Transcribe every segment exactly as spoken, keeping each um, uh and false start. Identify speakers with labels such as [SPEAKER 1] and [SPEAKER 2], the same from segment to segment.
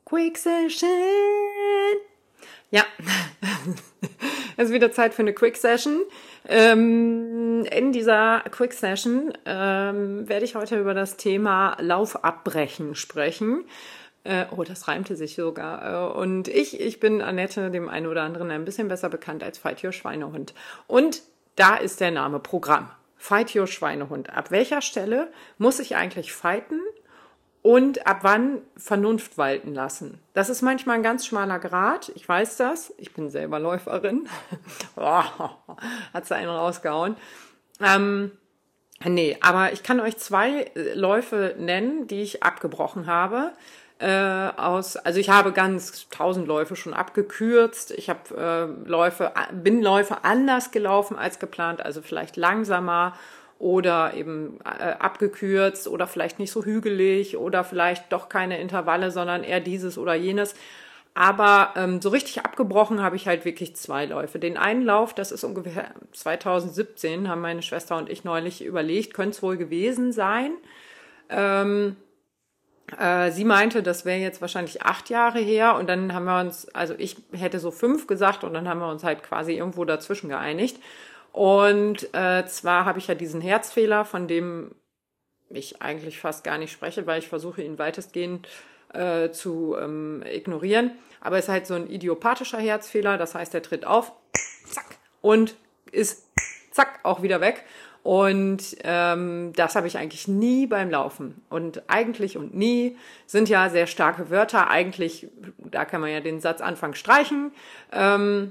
[SPEAKER 1] Quick Session. Ja, es ist wieder Zeit für eine Quick Session. Ähm, in dieser Quick Session ähm, werde ich heute über das Thema Laufabbrechen sprechen. Äh, oh, das reimte sich sogar. Äh, und ich, ich bin Annette, dem einen oder anderen ein bisschen besser bekannt als Fight Your Schweinehund. Und da ist der Name Programm. Fight Your Schweinehund. Ab welcher Stelle muss ich eigentlich fighten? Und ab wann Vernunft walten lassen? Das ist manchmal ein ganz schmaler Grat. Ich weiß das. Ich bin selber Läuferin. Oh, hat sie einen rausgehauen. Ähm, nee, aber ich kann euch zwei Läufe nennen, die ich abgebrochen habe. Äh, aus, also ich habe ganz tausend Läufe schon abgekürzt. Ich habe äh, Läufe, bin Läufe anders gelaufen als geplant, also vielleicht langsamer. Oder eben äh, abgekürzt oder vielleicht nicht so hügelig oder vielleicht doch keine Intervalle, sondern eher dieses oder jenes. Aber ähm, so richtig abgebrochen habe ich halt wirklich zwei Läufe. Den einen Lauf, das ist ungefähr zwanzig siebzehn, haben meine Schwester und ich neulich überlegt, könnte es wohl gewesen sein. Ähm, äh, sie meinte, das wäre jetzt wahrscheinlich acht Jahre her und dann haben wir uns, also ich hätte so fünf gesagt und dann haben wir uns halt quasi irgendwo dazwischen geeinigt. Und äh, zwar habe ich ja diesen Herzfehler, von dem ich eigentlich fast gar nicht spreche, weil ich versuche, ihn weitestgehend äh, zu ähm, ignorieren. Aber es ist halt so ein idiopathischer Herzfehler, das heißt, er tritt auf, zack, und ist, zack, auch wieder weg. Und ähm, das habe ich eigentlich nie beim Laufen. Und eigentlich und nie sind ja sehr starke Wörter. Eigentlich, da kann man ja den Satzanfang streichen. Ähm,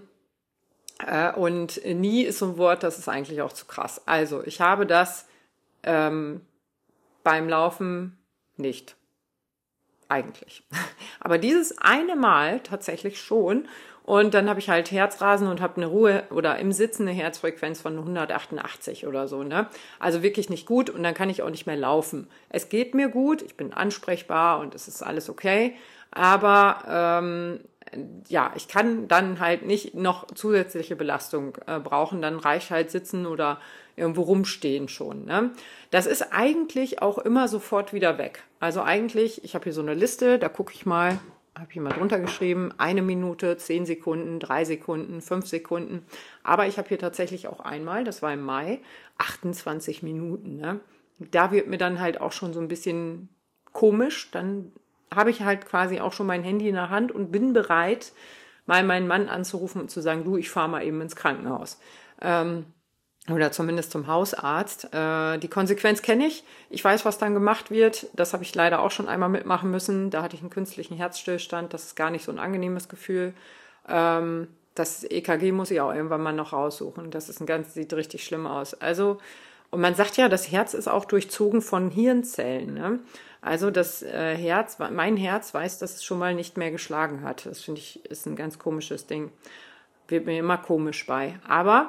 [SPEAKER 1] Und nie ist so ein Wort, das ist eigentlich auch zu krass. Also ich habe das ähm, beim Laufen nicht. Eigentlich. Aber dieses eine Mal tatsächlich schon. Und dann habe ich halt Herzrasen und habe eine Ruhe oder im Sitzen eine Herzfrequenz von hundertachtundachtzig oder so. Ne? Also wirklich nicht gut und dann kann ich auch nicht mehr laufen. Es geht mir gut, ich bin ansprechbar und es ist alles okay. Aber ähm, ja, ich kann dann halt nicht noch zusätzliche Belastung äh, brauchen, dann reicht halt sitzen oder irgendwo rumstehen schon. Ne? Das ist eigentlich auch immer sofort wieder weg. Also eigentlich, ich habe hier so eine Liste, da gucke ich mal, habe ich mal drunter geschrieben, eine Minute, zehn Sekunden, drei Sekunden, fünf Sekunden. Aber ich habe hier tatsächlich auch einmal, das war im Mai, achtundzwanzig Minuten. Ne? Da wird mir dann halt auch schon so ein bisschen komisch, dann habe ich halt quasi auch schon mein Handy in der Hand und bin bereit, mal meinen Mann anzurufen und zu sagen, du, ich fahre mal eben ins Krankenhaus. Ähm, oder zumindest zum Hausarzt. Äh, die Konsequenz kenne ich. Ich weiß, was dann gemacht wird. Das habe ich leider auch schon einmal mitmachen müssen. Da hatte ich einen künstlichen Herzstillstand. Das ist gar nicht so ein angenehmes Gefühl. Ähm, das E K G muss ich auch irgendwann mal noch raussuchen. Das ist ein ganz, sieht richtig schlimm aus. Also, und man sagt ja, das Herz ist auch durchzogen von Hirnzellen, ne? Also das äh, Herz, mein Herz weiß, dass es schon mal nicht mehr geschlagen hat. Das finde ich, ist ein ganz komisches Ding. Wird mir immer komisch bei. Aber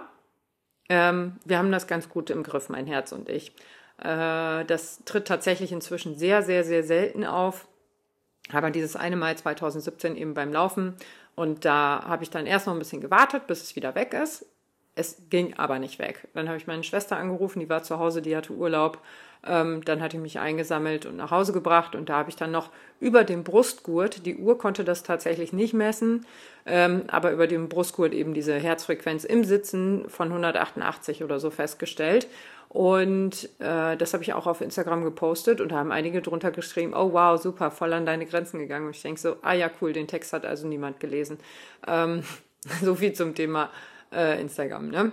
[SPEAKER 1] ähm, wir haben das ganz gut im Griff, mein Herz und ich. Äh, das tritt tatsächlich inzwischen sehr, sehr, sehr selten auf. Aber dieses eine Mal zwanzig siebzehn eben beim Laufen. Und da habe ich dann erst noch ein bisschen gewartet, bis es wieder weg ist. Es ging aber nicht weg. Dann habe ich meine Schwester angerufen, die war zu Hause, die hatte Urlaub. Ähm, dann hat die mich eingesammelt und nach Hause gebracht und da habe ich dann noch über dem Brustgurt, die Uhr konnte das tatsächlich nicht messen, ähm, aber über dem Brustgurt eben diese Herzfrequenz im Sitzen von hundertachtundachtzig oder so festgestellt. Und äh, das habe ich auch auf Instagram gepostet und da haben einige drunter geschrieben, oh wow, super, voll an deine Grenzen gegangen. Und ich denke so, ah ja, cool, den Text hat also niemand gelesen. Ähm, so viel zum Thema äh, Instagram, ne?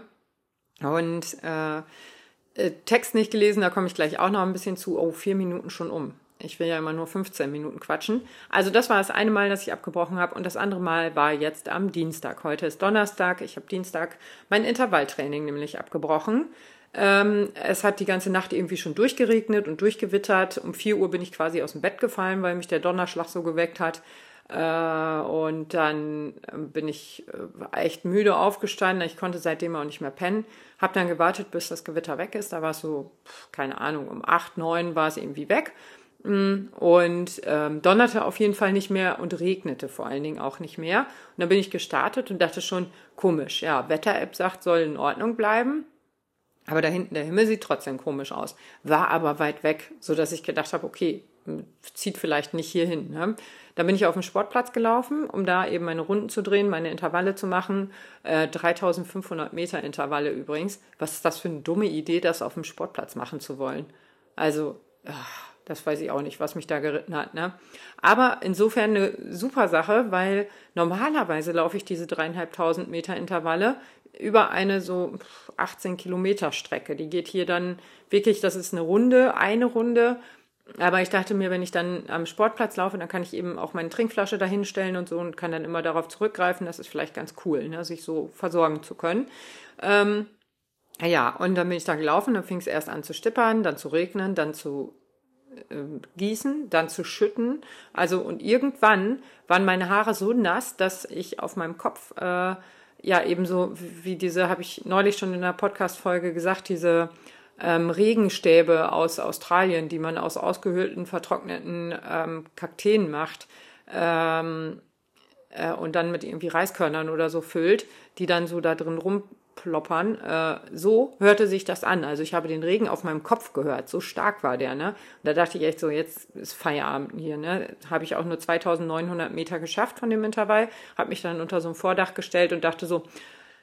[SPEAKER 1] Und äh, Text nicht gelesen, da komme ich gleich auch noch ein bisschen zu. Oh, vier Minuten schon um. Ich will ja immer nur fünfzehn Minuten quatschen. Also das war das eine Mal, dass ich abgebrochen habe und das andere Mal war jetzt am Dienstag. Heute ist Donnerstag. Ich habe Dienstag mein Intervalltraining nämlich abgebrochen. Ähm, es hat die ganze Nacht irgendwie schon durchgeregnet und durchgewittert. Um vier Uhr bin ich quasi aus dem Bett gefallen, weil mich der Donnerschlag so geweckt hat. Und dann bin ich echt müde aufgestanden. Ich konnte seitdem auch nicht mehr pennen. Habe dann gewartet, bis das Gewitter weg ist. Da war es so, keine Ahnung, um acht, neun war es irgendwie weg. Und ähm, donnerte auf jeden Fall nicht mehr und regnete vor allen Dingen auch nicht mehr. Und dann bin ich gestartet und dachte schon, komisch. Ja, Wetter-App sagt, soll in Ordnung bleiben. Aber da hinten der Himmel sieht trotzdem komisch aus. War aber weit weg, sodass ich gedacht habe, okay, zieht vielleicht nicht hier hin. Ne? Da bin ich auf den Sportplatz gelaufen, um da eben meine Runden zu drehen, meine Intervalle zu machen. Äh, dreitausendfünfhundert Meter Intervalle übrigens. Was ist das für eine dumme Idee, das auf dem Sportplatz machen zu wollen? Also, ach, das weiß ich auch nicht, was mich da geritten hat. Ne? Aber insofern eine super Sache, weil normalerweise laufe ich diese dreieinhalbtausend Meter Intervalle über eine so achtzehn Kilometer Strecke. Die geht hier dann wirklich, das ist eine Runde, eine Runde. Aber ich dachte mir, wenn ich dann am Sportplatz laufe, dann kann ich eben auch meine Trinkflasche dahin stellen und so und kann dann immer darauf zurückgreifen. Das ist vielleicht ganz cool, ne, sich so versorgen zu können. Ähm, ja, und dann bin ich da gelaufen, dann fing es erst an zu stippern, dann zu regnen, dann zu äh, gießen, dann zu schütten. Also und irgendwann waren meine Haare so nass, dass ich auf meinem Kopf, äh, ja eben so wie diese, habe ich neulich schon in einer Podcast-Folge gesagt, diese Ähm, Regenstäbe aus Australien, die man aus ausgehöhlten, vertrockneten ähm, Kakteen macht ähm, äh, und dann mit irgendwie Reiskörnern oder so füllt, die dann so da drin rumploppern. Äh, so hörte sich das an. Also ich habe den Regen auf meinem Kopf gehört. So stark war der, ne? Und da dachte ich echt so, jetzt ist Feierabend hier, ne? Habe ich auch nur zweitausendneunhundert Meter geschafft von dem Intervall, habe mich dann unter so ein Vordach gestellt und dachte so,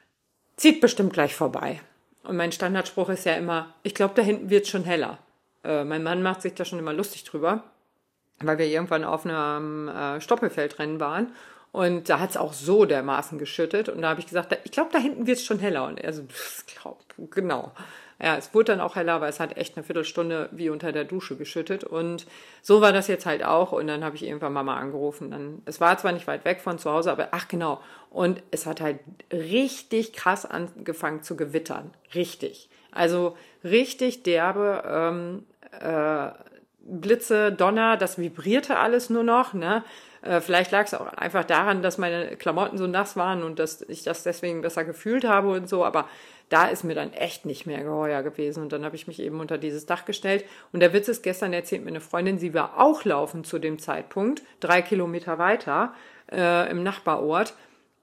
[SPEAKER 1] zieht bestimmt gleich vorbei. Und mein Standardspruch ist ja immer, ich glaube, da hinten wird es schon heller. Äh, mein Mann macht sich da schon immer lustig drüber, weil wir irgendwann auf einem äh, Stoppelfeldrennen waren. Und da hat es auch so dermaßen geschüttet. Und da habe ich gesagt, ich glaube, da hinten wird es schon heller. Und er so, ich glaube, genau. Ja, es wurde dann auch heller, weil es hat echt eine Viertelstunde wie unter der Dusche geschüttet. Und so war das jetzt halt auch. Und dann habe ich irgendwann Mama angerufen. Dann, es war zwar nicht weit weg von zu Hause, aber ach genau. Und es hat halt richtig krass angefangen zu gewittern. Richtig. Also richtig derbe ähm, äh, Blitze, Donner, das vibrierte alles nur noch, ne? Äh, vielleicht lag es auch einfach daran, dass meine Klamotten so nass waren und dass ich das deswegen besser gefühlt habe und so, aber da ist mir dann echt nicht mehr geheuer gewesen und dann habe ich mich eben unter dieses Dach gestellt und der Witz ist, gestern erzählt mir eine Freundin, sie war auch laufen zu dem Zeitpunkt, drei Kilometer weiter äh, im Nachbarort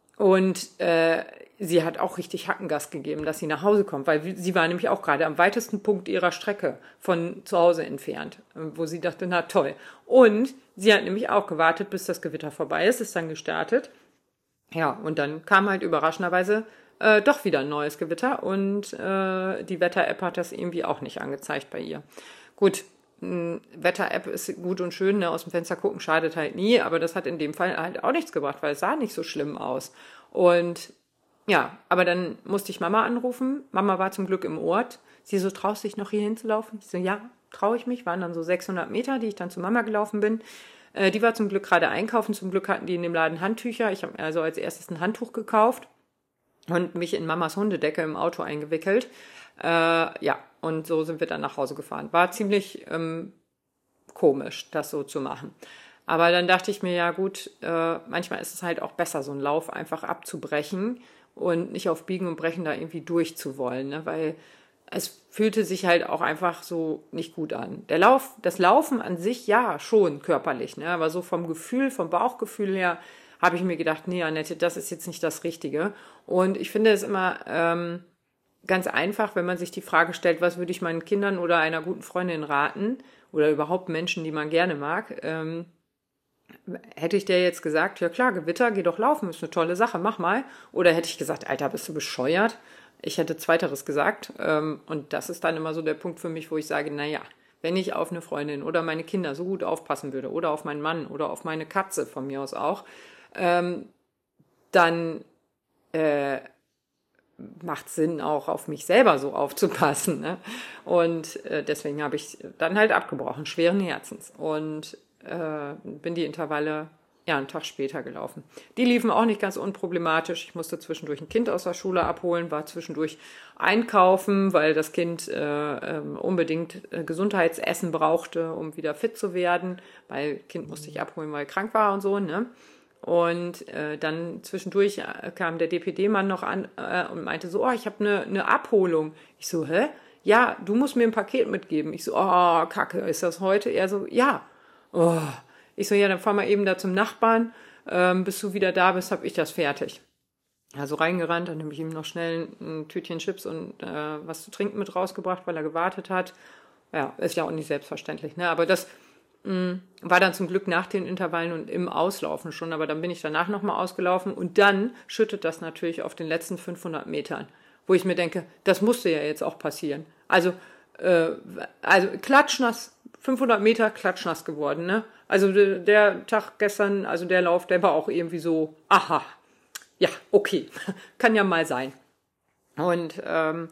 [SPEAKER 1] und äh, sie hat auch richtig Hackengas gegeben, dass sie nach Hause kommt, weil sie war nämlich auch gerade am weitesten Punkt ihrer Strecke von zu Hause entfernt, wo sie dachte, na toll. Und sie hat nämlich auch gewartet, bis das Gewitter vorbei ist, ist dann gestartet. Ja, und dann kam halt überraschenderweise äh, doch wieder ein neues Gewitter und äh, die Wetter-App hat das irgendwie auch nicht angezeigt bei ihr. Gut, Wetter-App ist gut und schön, ne? Aus dem Fenster gucken schadet halt nie, aber das hat in dem Fall halt auch nichts gebracht, weil es sah nicht so schlimm aus. Und ja, aber dann musste ich Mama anrufen. Mama war zum Glück im Ort. Sie so, traust dich noch hier hinzulaufen? Ich so, ja, traue ich mich. Waren dann so sechshundert Meter, die ich dann zu Mama gelaufen bin. Äh, die war zum Glück gerade einkaufen. Zum Glück hatten die in dem Laden Handtücher. Ich habe mir also als erstes ein Handtuch gekauft und mich in Mamas Hundedecke im Auto eingewickelt. Äh, ja, und so sind wir dann nach Hause gefahren. War ziemlich ähm, komisch, das so zu machen. Aber dann dachte ich mir, ja gut, äh, manchmal ist es halt auch besser, so einen Lauf einfach abzubrechen und nicht auf Biegen und Brechen da irgendwie durchzuwollen, ne? Weil es fühlte sich halt auch einfach so nicht gut an. Der Lauf, das Laufen an sich, ja, schon körperlich, ne? Aber so vom Gefühl, vom Bauchgefühl her, habe ich mir gedacht, nee, Annette, das ist jetzt nicht das Richtige. Und ich finde es immer ähm, ganz einfach, wenn man sich die Frage stellt, was würde ich meinen Kindern oder einer guten Freundin raten oder überhaupt Menschen, die man gerne mag, ähm, hätte ich dir jetzt gesagt, ja klar, Gewitter, geh doch laufen, ist eine tolle Sache, mach mal. Oder hätte ich gesagt, Alter, bist du bescheuert? Ich hätte Zweiteres gesagt. Und das ist dann immer so der Punkt für mich, wo ich sage, naja, wenn ich auf eine Freundin oder meine Kinder so gut aufpassen würde oder auf meinen Mann oder auf meine Katze von mir aus auch, dann äh, macht Sinn, auch auf mich selber so aufzupassen. Ne? Und äh, deswegen habe ich dann halt abgebrochen, schweren Herzens. Und äh, bin die Intervalle ja einen Tag später gelaufen. Die liefen auch nicht ganz unproblematisch. Ich musste zwischendurch ein Kind aus der Schule abholen, war zwischendurch einkaufen, weil das Kind äh, äh, unbedingt äh, Gesundheitsessen brauchte, um wieder fit zu werden. Weil Kind musste ich abholen, weil krank war und so, ne? Und äh, dann zwischendurch äh, kam der D P D-Mann noch an äh, und meinte so, oh, ich habe eine ne Abholung. Ich so, hä? Ja, du musst mir ein Paket mitgeben. Ich so, oh, Kacke, ist das heute? Er so, ja. Oh. Ich so, ja, dann fahr mal eben da zum Nachbarn. Ähm, bis du wieder da bist, habe ich das fertig. Also reingerannt, dann habe ich ihm noch schnell ein Tütchen Chips und äh, was zu trinken mit rausgebracht, weil er gewartet hat. Ja, ist ja auch nicht selbstverständlich, ne? Aber das War dann zum Glück nach den Intervallen und im Auslaufen schon, aber dann bin ich danach nochmal ausgelaufen und dann schüttet das natürlich auf den letzten fünfhundert Metern, wo ich mir denke, das musste ja jetzt auch passieren. Also, äh, also klatschnass, fünfhundert Meter klatschnass geworden, ne? Also der, der Tag gestern, also der Lauf, der war auch irgendwie so, aha, ja, okay, kann ja mal sein. Und ähm,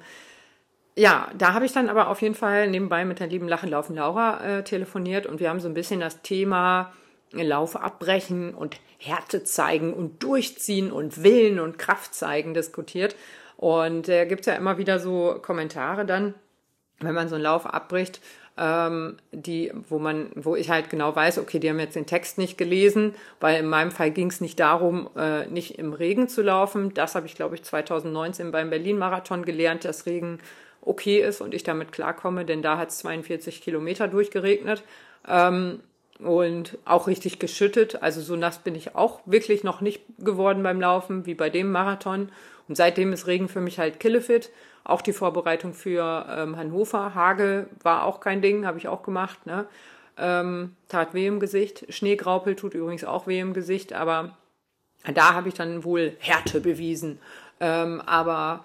[SPEAKER 1] ja, da habe ich dann aber auf jeden Fall nebenbei mit der lieben Lachen Laufen Laura äh, telefoniert und wir haben so ein bisschen das Thema Lauf abbrechen und Härte zeigen und durchziehen und Willen und Kraft zeigen diskutiert. Und da äh, gibt es ja immer wieder so Kommentare dann, wenn man so einen Lauf abbricht, ähm, die, wo man, wo ich halt genau weiß, okay, die haben jetzt den Text nicht gelesen, weil in meinem Fall ging es nicht darum, äh, nicht im Regen zu laufen. Das habe ich, glaube ich, zwanzig neunzehn beim Berlin-Marathon gelernt, dass Regen okay ist und ich damit klarkomme, denn da hat es zweiundvierzig Kilometer durchgeregnet ähm, und auch richtig geschüttet. Also so nass bin ich auch wirklich noch nicht geworden beim Laufen, wie bei dem Marathon. Und seitdem ist Regen für mich halt Killefit. Auch die Vorbereitung für ähm, Hannover, Hagel war auch kein Ding, habe ich auch gemacht. Ne? Ähm, tat weh im Gesicht. Schneegraupel tut übrigens auch weh im Gesicht, aber da habe ich dann wohl Härte bewiesen. Ähm, aber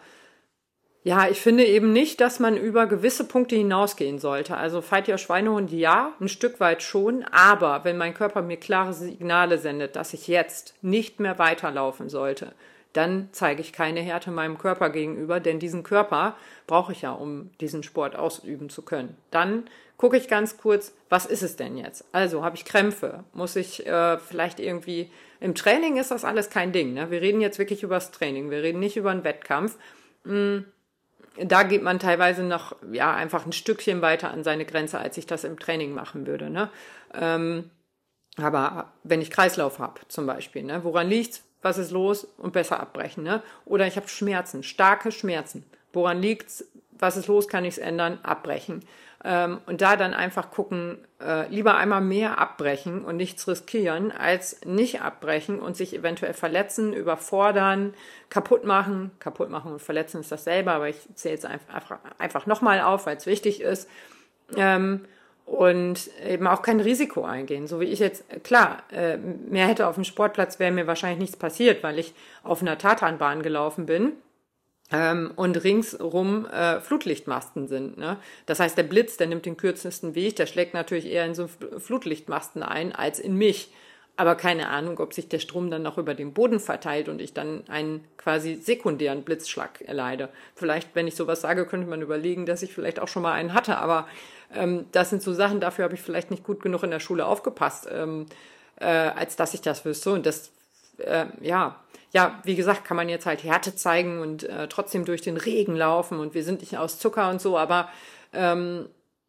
[SPEAKER 1] ja, ich finde eben nicht, dass man über gewisse Punkte hinausgehen sollte. Also Fight Your Schweinehund, ja, ein Stück weit schon. Aber wenn mein Körper mir klare Signale sendet, dass ich jetzt nicht mehr weiterlaufen sollte, dann zeige ich keine Härte meinem Körper gegenüber, denn diesen Körper brauche ich ja, um diesen Sport ausüben zu können. Dann gucke ich ganz kurz, was ist es denn jetzt? Also habe ich Krämpfe? Muss ich äh, vielleicht irgendwie, im Training ist das alles kein Ding. Ne? Wir reden jetzt wirklich über das Training, wir reden nicht über einen Wettkampf. Hm. Da geht man teilweise noch ja einfach ein Stückchen weiter an seine Grenze, als ich das im Training machen würde. Ne? Ähm, aber wenn ich Kreislauf habe zum Beispiel, ne? Woran liegt's? Was ist los? Und besser abbrechen. Ne? Oder ich habe Schmerzen, starke Schmerzen. Woran liegt's? Was ist los? Kann ich es ändern? Abbrechen. Ähm, und da dann einfach gucken, äh, lieber einmal mehr abbrechen und nichts riskieren, als nicht abbrechen und sich eventuell verletzen, überfordern, kaputt machen. Kaputt machen und verletzen ist dasselbe, aber ich zähle jetzt einfach, einfach nochmal auf, weil es wichtig ist. Ähm, und eben auch kein Risiko eingehen. So wie ich jetzt, klar, äh, mehr hätte auf dem Sportplatz, wäre mir wahrscheinlich nichts passiert, weil ich auf einer Tatanbahn gelaufen bin. Ähm, und ringsrum äh, Flutlichtmasten sind. Ne? Das heißt, der Blitz, der nimmt den kürzesten Weg, der schlägt natürlich eher in so Flutlichtmasten ein als in mich. Aber keine Ahnung, ob sich der Strom dann noch über den Boden verteilt und ich dann einen quasi sekundären Blitzschlag erleide. Vielleicht, wenn ich sowas sage, könnte man überlegen, dass ich vielleicht auch schon mal einen hatte. Aber ähm, das sind so Sachen, dafür habe ich vielleicht nicht gut genug in der Schule aufgepasst, ähm, äh, als dass ich das wüsste. Und das, äh, ja... Ja, wie gesagt, kann man jetzt halt Härte zeigen und äh, trotzdem durch den Regen laufen und wir sind nicht aus Zucker und so, aber ähm,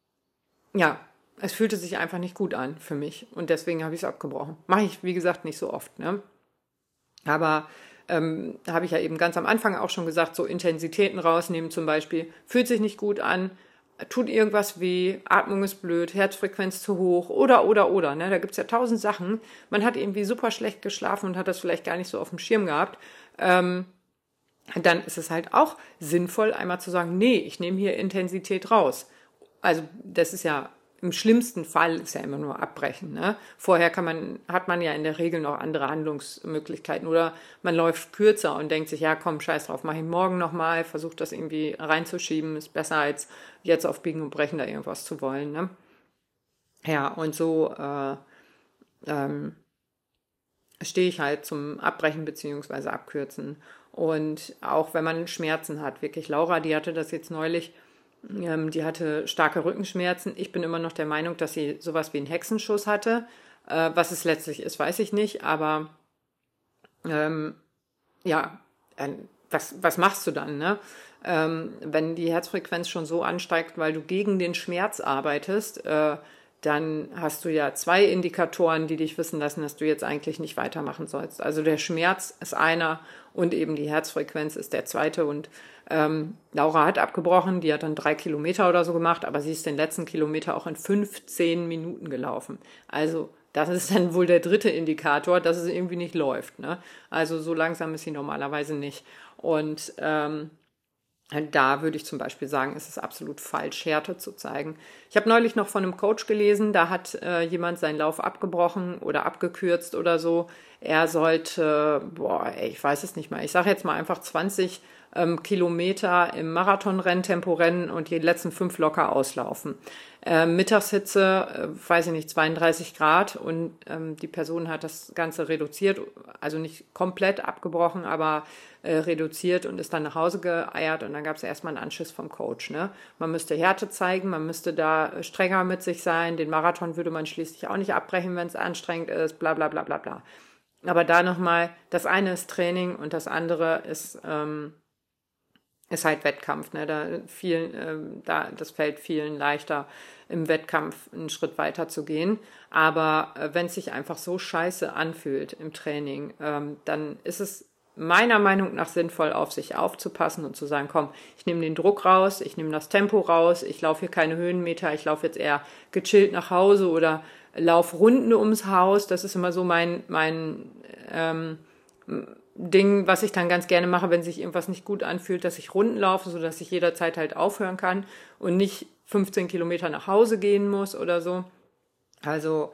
[SPEAKER 1] ja, es fühlte sich einfach nicht gut an für mich und deswegen habe ich es abgebrochen. Mache ich, wie gesagt, nicht so oft, ne? Aber ähm, habe ich ja eben ganz am Anfang auch schon gesagt, so Intensitäten rausnehmen zum Beispiel, fühlt sich nicht gut an, tut irgendwas weh, Atmung ist blöd, Herzfrequenz zu hoch oder, oder, oder. Ne? Da gibt's ja tausend Sachen. Man hat irgendwie super schlecht geschlafen und hat das vielleicht gar nicht so auf dem Schirm gehabt. Ähm, dann ist es halt auch sinnvoll, einmal zu sagen, nee, ich nehme hier Intensität raus. Also das ist ja, im schlimmsten Fall ist ja immer nur abbrechen. Ne? Vorher kann man, hat man ja in der Regel noch andere Handlungsmöglichkeiten. Oder man läuft kürzer und denkt sich, ja komm, scheiß drauf, mach ich morgen nochmal, versucht das irgendwie reinzuschieben, ist besser als jetzt auf Biegen und Brechen da irgendwas zu wollen. Ne? Ja, und so äh, ähm, stehe ich halt zum Abbrechen beziehungsweise Abkürzen. Und auch wenn man Schmerzen hat, wirklich, Laura, die hatte das jetzt neulich, ähm, die hatte starke Rückenschmerzen. Ich bin immer noch der Meinung, dass sie sowas wie einen Hexenschuss hatte. Äh, was es letztlich ist, weiß ich nicht, aber ähm, ja, äh, was, was machst du dann, ne? Ähm, wenn die Herzfrequenz schon so ansteigt, weil du gegen den Schmerz arbeitest, äh, dann hast du ja zwei Indikatoren, die dich wissen lassen, dass du jetzt eigentlich nicht weitermachen sollst. Also der Schmerz ist einer und eben die Herzfrequenz ist der zweite. Und ähm, Laura hat abgebrochen, die hat dann drei Kilometer oder so gemacht, aber sie ist den letzten Kilometer auch in fünfzehn Minuten gelaufen. Also das ist dann wohl der dritte Indikator, dass es irgendwie nicht läuft. Ne? Also so langsam ist sie normalerweise nicht. Und ähm, Da würde ich zum Beispiel sagen, ist es absolut falsch, Härte zu zeigen. Ich habe neulich noch von einem Coach gelesen, da hat äh, jemand seinen Lauf abgebrochen oder abgekürzt oder so. Er sollte, boah, ey, ich weiß es nicht mal, ich sage jetzt mal einfach zwanzig ähm, Kilometer im Marathonrennen, Temporennen und die letzten fünf locker auslaufen. Äh, Mittagshitze, äh, weiß ich nicht, zweiunddreißig Grad und ähm, die Person hat das Ganze reduziert, also nicht komplett abgebrochen, aber äh, reduziert und ist dann nach Hause geeiert und dann gab es erstmal einen Anschiss vom Coach. Ne? Man müsste Härte zeigen, man müsste da strenger mit sich sein, den Marathon würde man schließlich auch nicht abbrechen, wenn es anstrengend ist, bla bla bla bla bla. Aber da nochmal, das eine ist Training und das andere ist, ähm, ist halt Wettkampf. Ne? Da vielen, ähm, da, das fällt vielen leichter, im Wettkampf einen Schritt weiter zu gehen. Aber äh, wenn es sich einfach so scheiße anfühlt im Training, ähm, dann ist es meiner Meinung nach sinnvoll, auf sich aufzupassen und zu sagen, komm, ich nehme den Druck raus, ich nehme das Tempo raus, ich laufe hier keine Höhenmeter, ich laufe jetzt eher gechillt nach Hause oder laufe Runden ums Haus. Das ist immer so mein, mein ähm, Ding, was ich dann ganz gerne mache, wenn sich irgendwas nicht gut anfühlt, dass ich Runden laufe, sodass ich jederzeit halt aufhören kann und nicht fünfzehn Kilometer nach Hause gehen muss oder so. Also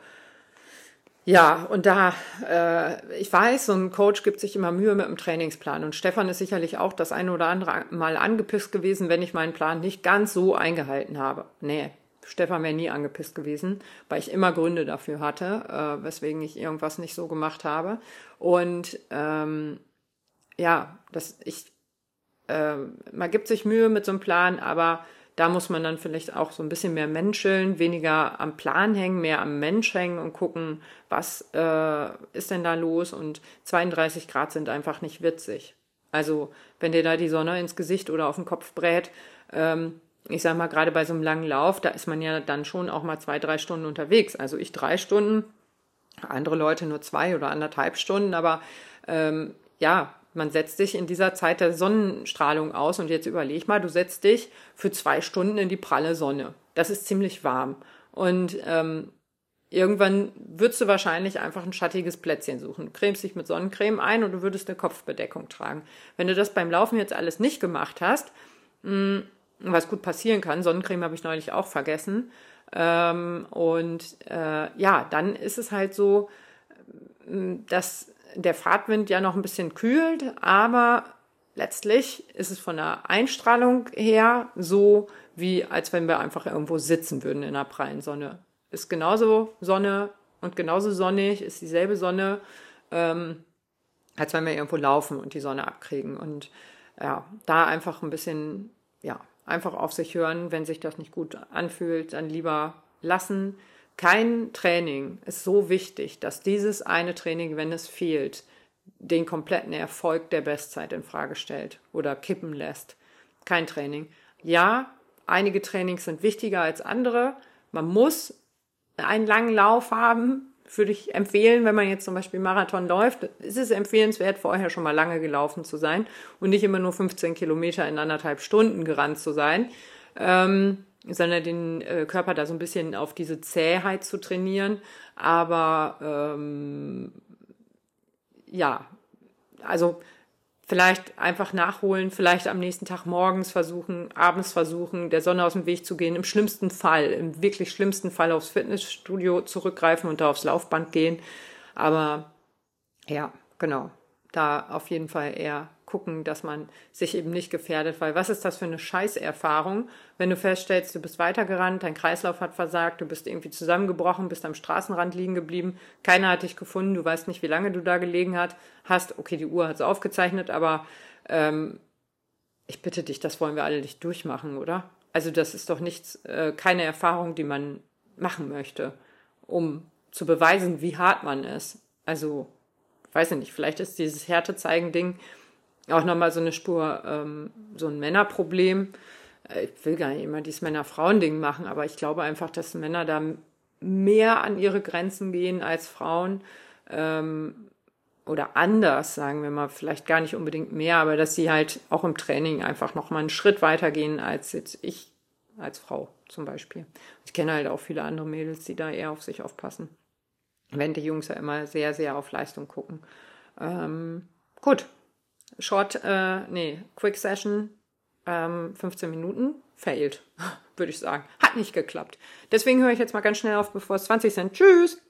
[SPEAKER 1] ja, und da, äh, ich weiß, so ein Coach gibt sich immer Mühe mit dem Trainingsplan und Stefan ist sicherlich auch das eine oder andere Mal angepisst gewesen, wenn ich meinen Plan nicht ganz so eingehalten habe. Nee, Stefan wäre nie angepisst gewesen, weil ich immer Gründe dafür hatte, äh, weswegen ich irgendwas nicht so gemacht habe. Und ähm, ja, das ich, äh, man gibt sich Mühe mit so einem Plan, aber da muss man dann vielleicht auch so ein bisschen mehr menscheln, weniger am Plan hängen, mehr am Mensch hängen und gucken, was äh, ist denn da los? Und zweiunddreißig Grad sind einfach nicht witzig. Also wenn dir da die Sonne ins Gesicht oder auf den Kopf brät, ähm, ich sag mal, gerade bei so einem langen Lauf, da ist man ja dann schon auch mal zwei, drei Stunden unterwegs. Also ich drei Stunden, andere Leute nur zwei oder anderthalb Stunden, aber ähm, ja, man setzt sich in dieser Zeit der Sonnenstrahlung aus und jetzt überleg mal, du setzt dich für zwei Stunden in die pralle Sonne. Das ist ziemlich warm und ähm, irgendwann würdest du wahrscheinlich einfach ein schattiges Plätzchen suchen. Du cremst dich mit Sonnencreme ein und du würdest eine Kopfbedeckung tragen. Wenn du das beim Laufen jetzt alles nicht gemacht hast, mh, was gut passieren kann, Sonnencreme habe ich neulich auch vergessen, ähm, und äh, ja, dann ist es halt so, dass der Fahrtwind ja noch ein bisschen kühlt, aber letztlich ist es von der Einstrahlung her so, wie als wenn wir einfach irgendwo sitzen würden in der prallen Sonne. Ist genauso Sonne und genauso sonnig, ist dieselbe Sonne, ähm, als wenn wir irgendwo laufen und die Sonne abkriegen. Und ja, da einfach ein bisschen, ja, einfach auf sich hören, wenn sich das nicht gut anfühlt, dann lieber lassen. Kein Training ist so wichtig, dass dieses eine Training, wenn es fehlt, den kompletten Erfolg der Bestzeit in Frage stellt oder kippen lässt. Kein Training. Ja, einige Trainings sind wichtiger als andere. Man muss einen langen Lauf haben, würde ich empfehlen, wenn man jetzt zum Beispiel Marathon läuft, ist es empfehlenswert, vorher schon mal lange gelaufen zu sein und nicht immer nur fünfzehn Kilometer in anderthalb Stunden gerannt zu sein. Ähm, sondern den äh, Körper da so ein bisschen auf diese Zähheit zu trainieren. Aber ähm, ja, also vielleicht einfach nachholen, vielleicht am nächsten Tag morgens versuchen, abends versuchen, der Sonne aus dem Weg zu gehen. Im schlimmsten Fall, im wirklich schlimmsten Fall aufs Fitnessstudio zurückgreifen und da aufs Laufband gehen. Aber ja, genau, da auf jeden Fall eher gucken, dass man sich eben nicht gefährdet, weil was ist das für eine Scheißerfahrung, wenn du feststellst, du bist weitergerannt, dein Kreislauf hat versagt, du bist irgendwie zusammengebrochen, bist am Straßenrand liegen geblieben, keiner hat dich gefunden, du weißt nicht, wie lange du da gelegen hast, okay, die Uhr hat es aufgezeichnet, aber ähm, ich bitte dich, das wollen wir alle nicht durchmachen, oder? Also das ist doch nichts, äh, keine Erfahrung, die man machen möchte, um zu beweisen, wie hart man ist. Also, weiß ich nicht, vielleicht ist dieses Härte-Zeigen-Ding auch nochmal so eine Spur, ähm, so ein Männerproblem. Ich will gar nicht immer dieses Männer-Frauen-Ding machen, aber ich glaube einfach, dass Männer da mehr an ihre Grenzen gehen als Frauen. Ähm, oder anders, sagen wir mal, vielleicht gar nicht unbedingt mehr, aber dass sie halt auch im Training einfach nochmal einen Schritt weiter gehen als jetzt ich als Frau zum Beispiel. Ich kenne halt auch viele andere Mädels, die da eher auf sich aufpassen. Während die Jungs ja immer sehr, sehr auf Leistung gucken. Ähm, gut. Short, äh, nee, Quick Session ähm, fünfzehn Minuten, failed, würde ich sagen. Hat nicht geklappt. Deswegen höre ich jetzt mal ganz schnell auf, bevor es zwanzig sind. Tschüss!